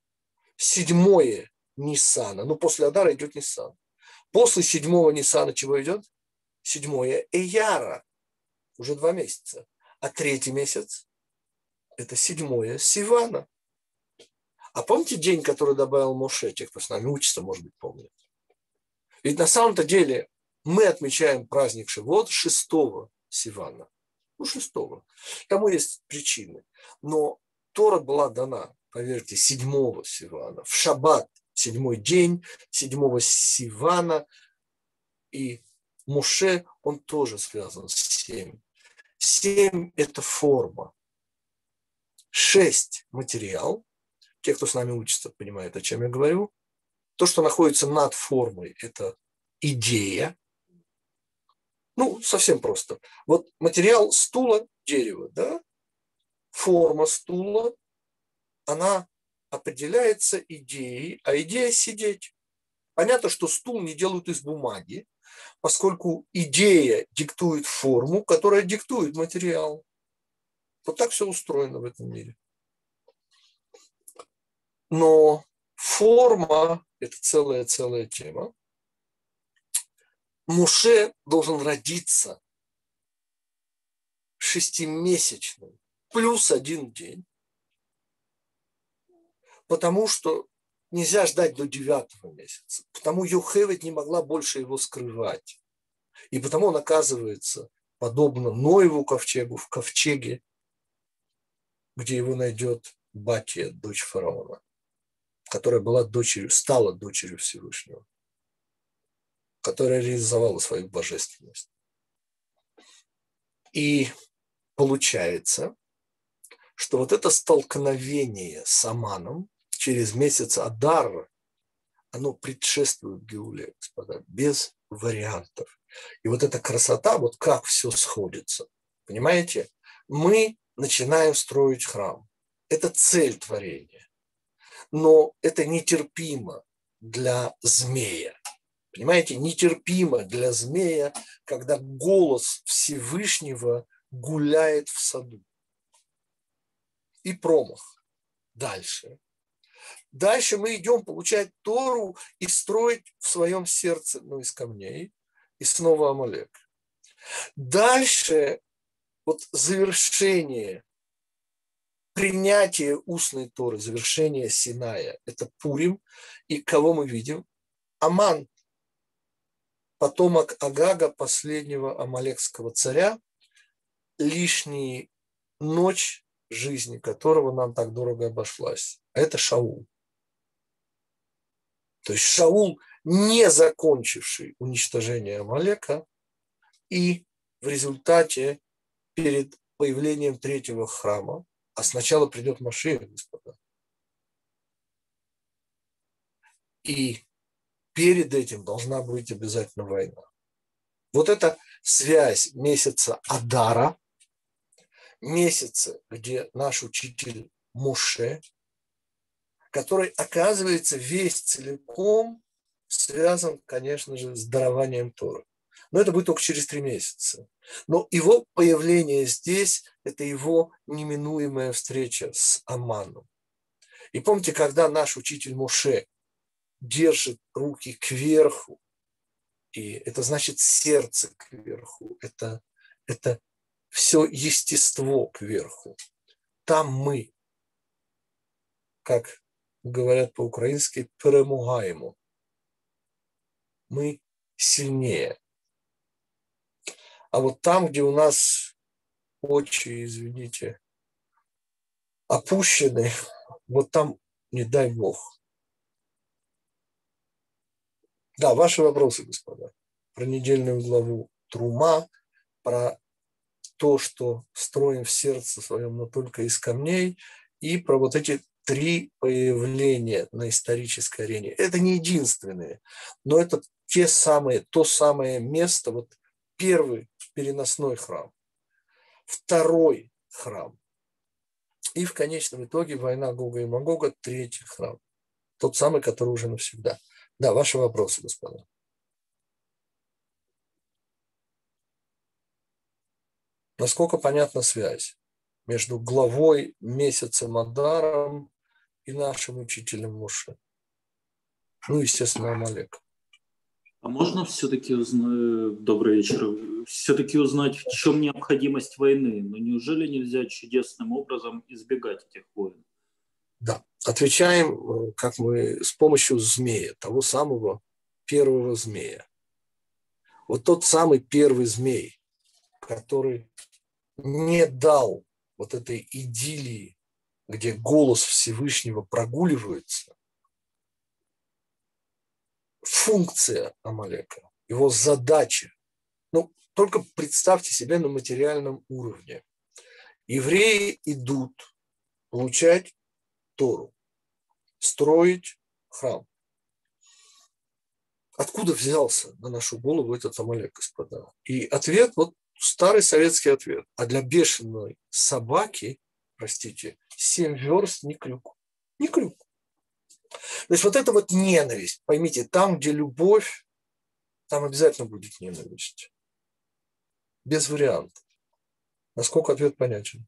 7 Ниссана. Ну, после Адара идет Ниссан. После 7 Ниссана чего идет? 7 Эяра. Уже 2 месяца. А 3-й месяц – это 7 Сивана. А помните день, который добавил Моше? Те, кто с нами учится, может быть, помнят. Ведь на самом-то деле мы отмечаем праздник Шивот 6 Сивана. Ну, 6-го. Тому есть причины. Но Тора была дана, поверьте, 7 Сивана. В шаббат 7-й день, 7 Сивана. И Моше, он тоже связан с 7. 7 – это форма. 6 – материал. Те, кто с нами учится, понимают, о чем я говорю. То, что находится над формой – это идея. Ну, совсем просто. Вот материал стула – дерево, да? Форма стула, она определяется идеей, а идея – сидеть. Понятно, что стул не делают из бумаги, поскольку идея диктует форму, которая диктует материал. Вот так все устроено в этом мире. Но форма – это целая тема. Моше должен родиться 6-месячным плюс 1 день, потому что нельзя ждать до 9-го месяца. Потому Йохевед не могла больше его скрывать. И потому он оказывается, подобно Ноеву ковчегу, в ковчеге, где его найдет Батия, дочь фараона, которая стала дочерью Всевышнего, которая реализовала свою божественность. И получается, что вот это столкновение с Аманом через месяц Адара, оно предшествует Геуле, господа, без вариантов. И вот эта красота, вот как все сходится. Понимаете? Мы начинаем строить храм. Это цель творения. Но это нетерпимо для змея. Понимаете? Нетерпимо для змея, когда голос Всевышнего гуляет в саду. И промах. Дальше. Дальше мы идем получать Тору и строить в своем сердце, из камней, и снова Амалек. Дальше вот завершение, принятие устной Торы, завершение Синая, это Пурим. И кого мы видим? Аман, потомок Агага, последнего амалекского царя, лишняя ночь жизни которого нам так дорого обошлась. А это Шаул. То есть Шаул, не закончивший уничтожение Амалека, и в результате перед появлением 3-го храма, а сначала придет Машиах, господа, и перед этим должна быть обязательно война. Вот эта связь месяца Адара, месяца, где наш учитель Моше, который, оказывается, весь целиком связан, конечно же, с дарованием Торы. Но это будет только через 3 месяца. Но его появление здесь – это его неминуемая встреча с Аманом. И помните, когда наш учитель Моше держит руки кверху, и это значит сердце кверху, это все естество кверху. Там мы, как говорят по-украински, перемагаем. Мы сильнее. А вот там, где у нас очи, извините, опущены, вот там не дай Бог. Да, ваши вопросы, господа. Про недельную главу Трума, про то, что строим в сердце своем, но только из камней, и про вот эти 3 появления на исторической арене. Это не единственные, но это то самое место, вот первый переносной храм, второй храм, и в конечном итоге война Гога и Магога, 3-й храм, тот самый, который уже навсегда. Да, ваши вопросы, господа. Насколько понятна связь между главой, месяцем Адаром и нашим учителем Моше? Ну, естественно, Амалек. А можно все-таки узнать, добрый вечер, все-таки узнать, в чем необходимость войны? Но неужели нельзя чудесным образом избегать этих войн? Да, отвечаем, как мы, с помощью змея, того самого первого змея. Вот тот самый первый змей, который не дал вот этой идиллии, где голос Всевышнего прогуливается, функция Амалека, его задача. Ну, только представьте себе на материальном уровне. Евреи идут получать Тору, строить храм. Откуда взялся на нашу голову этот Амалек, господа? И ответ, вот старый советский ответ. А для бешеной собаки, простите, 7 верст не крюк. Не крюк. То есть вот эта вот ненависть, поймите, там, где любовь, там обязательно будет ненависть. Без вариантов. Насколько ответ понятен?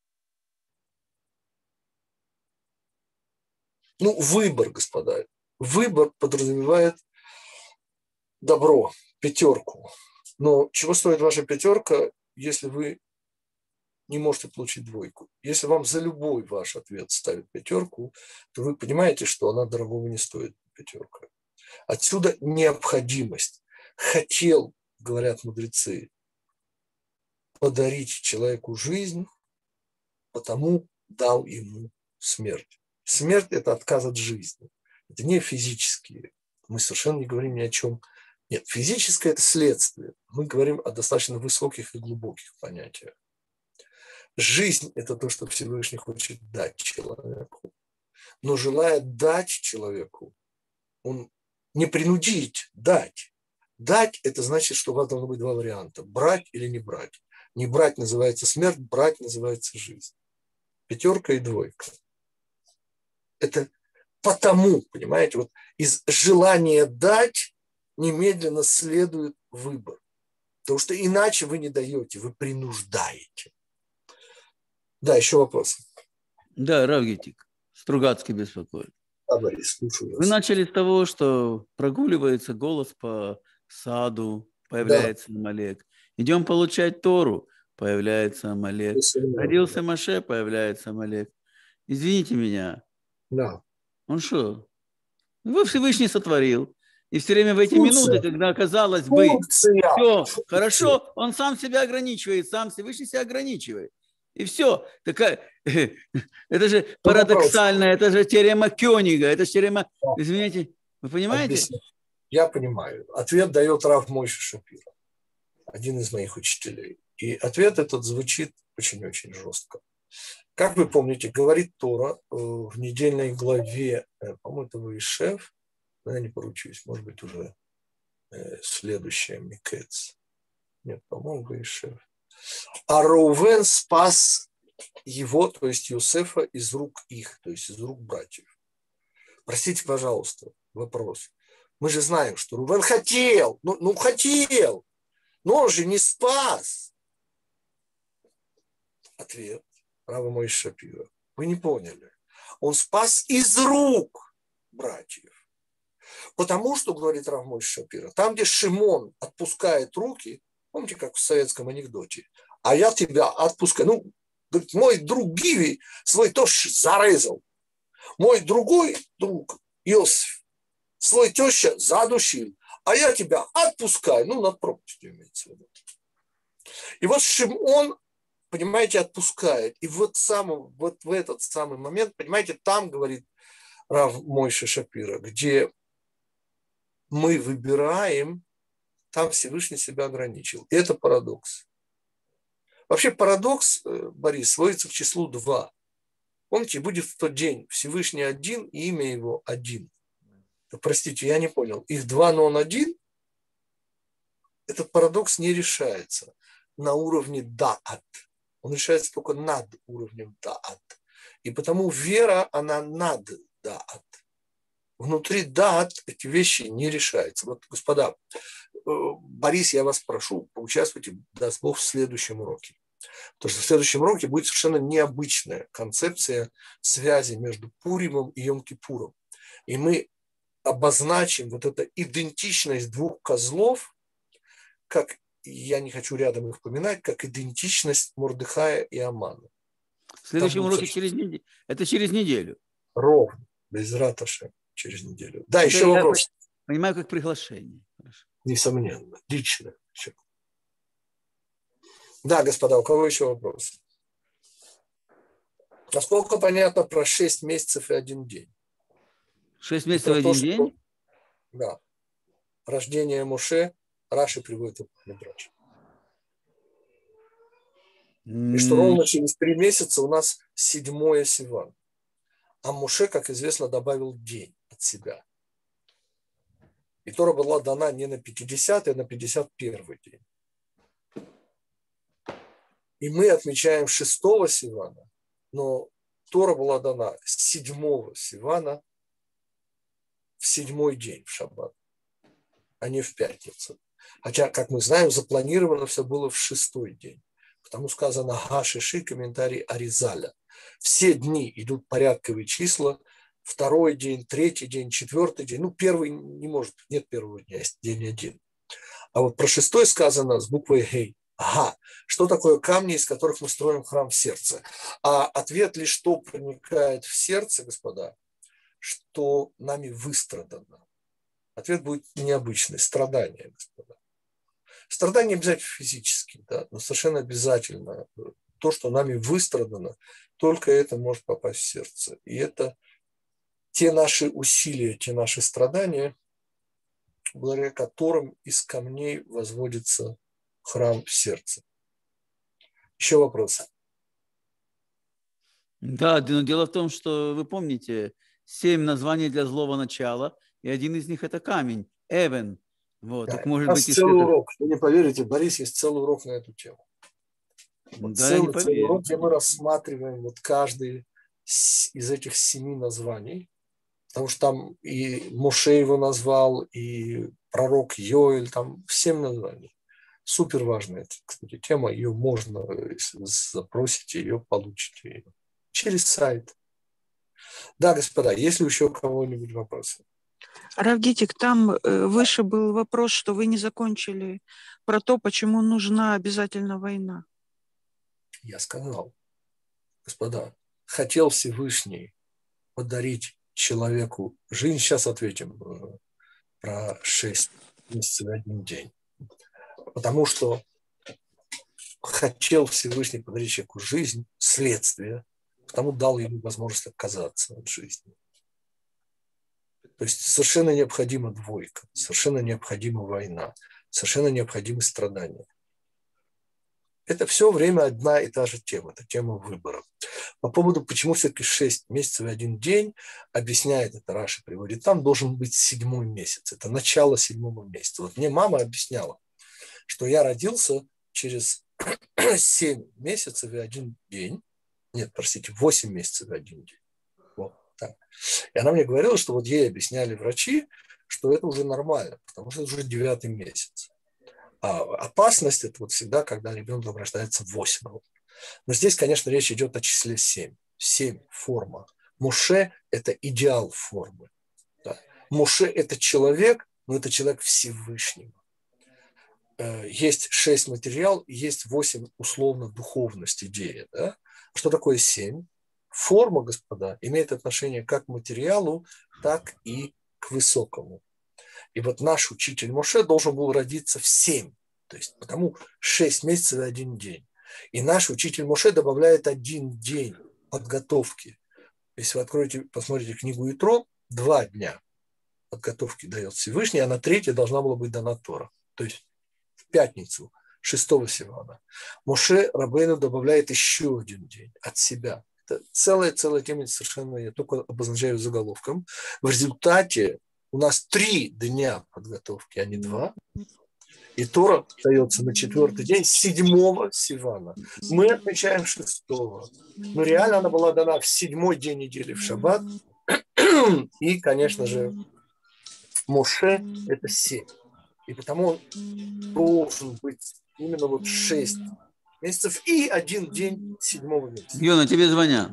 Ну, выбор, господа. Выбор подразумевает добро, 5. Но чего стоит ваша 5, если вы не можете получить 2? Если вам за любой ваш ответ ставят 5, то вы понимаете, что она дорогого не стоит, 5. Отсюда необходимость. Хотел, говорят мудрецы, подарить человеку жизнь, потому дал ему смерть. Смерть – это отказ от жизни. Это не физические. Мы совершенно не говорим ни о чем. Нет, физическое – это следствие. Мы говорим о достаточно высоких и глубоких понятиях. Жизнь – это то, что Всевышний хочет дать человеку. Но желая дать человеку, он не принудить, дать. Дать – это значит, что у вас должно быть 2 варианта. Брать или не брать. Не брать называется смерть, брать называется жизнь. 5 и 2. Это потому, понимаете, вот из желания дать немедленно следует выбор. Потому что иначе вы не даете, вы принуждаете. Да, еще вопрос. Да, Рав Гитик, Стругацкий беспокоит. Да, Борис, слушаю вас. Вы начали с того, что прогуливается голос по саду, появляется Амалек. Идем получать Тору, появляется Амалек. Родился Моше, появляется Амалек. Извините меня. Да. Он что? Его Всевышний сотворил. И все время в эти минуты, когда, казалось бы, все хорошо, он сам себя ограничивает, сам Всевышний себя ограничивает. И все. Такая, это же парадоксально, это же теорема Кёнига, это же теорема... Извините, вы понимаете? Я понимаю. Ответ дает Рав Мойше Шапира, один из моих учителей. И ответ этот звучит очень-очень жестко. Как вы помните, говорит Тора в недельной главе, по-моему, это Ваишев, но я не поручусь, может быть, уже следующая Микец. Нет, по-моему, Ваишев. А Рувен спас его, то есть Йосефа, из рук их, то есть из рук братьев. Простите, пожалуйста, вопрос. Мы же знаем, что Рувен хотел, ну хотел, Но он же не спас. Ответ Рава Мойше Шапира. Вы не поняли. Он спас из рук братьев. Потому что, говорит Рав Мойше Шапира, там, где Шимон отпускает руки, помните, как в советском анекдоте, а я тебя отпускаю. Ну, говорит, мой друг Гиви свой тоже зарезал. Мой другой друг Иосиф свой теща задушил, а я тебя отпускаю. Ну, над пропастью имеется в виду. И вот Шимон, понимаете, отпускает. И вот в этот самый момент, понимаете, там, говорит Рав Мойше Шапира, где мы выбираем, там Всевышний себя ограничил. И это парадокс. Вообще парадокс, Борис, сводится к числу 2. Помните, будет в тот день Всевышний один и имя его один. Простите, я не понял. Их 2, но он один? Этот парадокс не решается на уровне даат. Он решается только над уровнем даат. И потому вера, она над даат. Внутри даат эти вещи не решаются. Вот, господа, Борис, я вас прошу, поучаствуйте, даст Бог, в следующем уроке. Потому что в следующем уроке будет совершенно необычная концепция связи между Пуримом и Йом-Кипуром. И мы обозначим вот эту идентичность 2 козлов, как, я не хочу рядом их поминать, как идентичность Мордехая и Амана. В следующем уроке это через неделю. Ровно, без раташи, через неделю. Да, это еще вопрос. Понимаю, как приглашение. Хорошо. Несомненно, лично. Да, господа, у кого еще вопросы? Насколько понятно про 6 месяцев и 1 день? 6 месяцев и 1 день? Да. Рождение Моше Раши приводит в Мидраш. И что ровно через 3 месяца у нас 7-е Сиван. А Моше, как известно, добавил день от себя. И Тора была дана не на 50-й, а на 51-й день. И мы отмечаем 6-го Сивана, но Тора была дана с 7-го Сивана в 7-й день, в шаббат, а не в пятницу. Хотя, как мы знаем, запланировано все было в 6-й день. Потому сказано Гашиши, комментарий Аризаля. Все дни идут порядковые числа. 2-й день, 3-й день, 4-й день. Ну, 1-й не может, нет 1-го дня, есть день 1. А вот про 6-й сказано с буквой Гей. Ага, что такое камни, из которых мы строим храм в сердце? А ответ лишь что проникает в сердце, господа, что нами выстрадано. Ответ будет необычный. Страдание, господа. Страдание обязательно физически, да, но совершенно обязательно. То, что нами выстрадано, только это может попасть в сердце. И это те наши усилия, те наши страдания, благодаря которым из камней возводится храм в сердце. Еще вопросы? Да, но дело в том, что вы помните 7 названий для злого начала, и один из них это камень, Эвен. Вот, Да, так может у нас быть, целый урок. Вы не поверите, Борис, есть целый урок на эту тему. Вот да, целый урок, где мы рассматриваем вот каждый из этих 7 названий, потому что там и Моше его назвал, и пророк Йоэль, там 7 названий. Супер важная, кстати, тема, ее можно, если вы запросите, ее получите через сайт. Да, господа, есть ли еще у кого-нибудь вопросы? Рав Гитик, там выше был вопрос, что вы не закончили про то, почему нужна обязательно война. Я сказал, господа, хотел Всевышний подарить человеку жизнь. Сейчас ответим про 6 месяцев и 1 день. Потому что хотел Всевышний подарить человеку жизнь, следствие, потому дал ему возможность отказаться от жизни. То есть совершенно необходима двойка, совершенно необходима война, совершенно необходимы страдания. Это все время одна и та же тема, это тема выбора. По поводу, почему все-таки 6 месяцев и 1 день, объясняет это Раши, приводит, там должен быть 7-й месяц, это начало 7-го месяца. Вот мне мама объясняла, что я родился через 7 месяцев и 1 день, нет, простите, 8 месяцев и 1 день. Вот так. И она мне говорила, что вот ей объясняли врачи, что это уже нормально, потому что это уже 9-й месяц. А опасность – это вот всегда, когда ребенок рождается в 8 лет. Но здесь, конечно, речь идет о числе 7. 7 – форма. Моше – это идеал формы. Да. Моше – это человек, но это человек Всевышнего. Есть 6 материал, есть 8 условно-духовность идеи. Да? Что такое 7? Форма, господа, имеет отношение как к материалу, так и к высокому. И вот наш учитель Моше должен был родиться в 7. То есть потому 6 месяцев и 1 день. И наш учитель Моше добавляет 1 день подготовки. Если вы откроете, посмотрите книгу Итро, 2 дня подготовки дает Всевышний, а на 3 должна была быть дана Тора. То есть в пятницу, 6 Сивана. Моше Рабейну добавляет еще 1 день от себя. Это целая тема, совершенно я только обозначаю заголовком. В результате у нас 3 дня подготовки, а не 2. И Тора дается на 4-й день 7 Сивана. Мы отмечаем 6. Но реально она была дана в 7-й день недели в шаббат. И, конечно же, Моше – это 7. И потому он должен быть именно вот 6 месяцев и 1 день 7-го месяца. Йона, тебе звонят.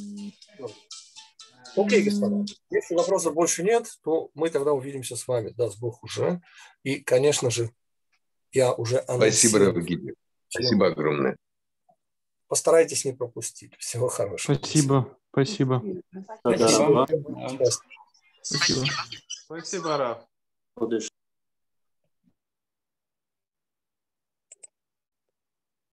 Окей, господа. Если вопросов больше нет, то мы тогда увидимся с вами, даст Бог, уже. И, конечно же, я уже анонсирую. Спасибо, Равгиль. Спасибо огромное. Постарайтесь не пропустить. Всего хорошего. Спасибо. Спасибо. Спасибо. Спасибо. Спасибо, Раф.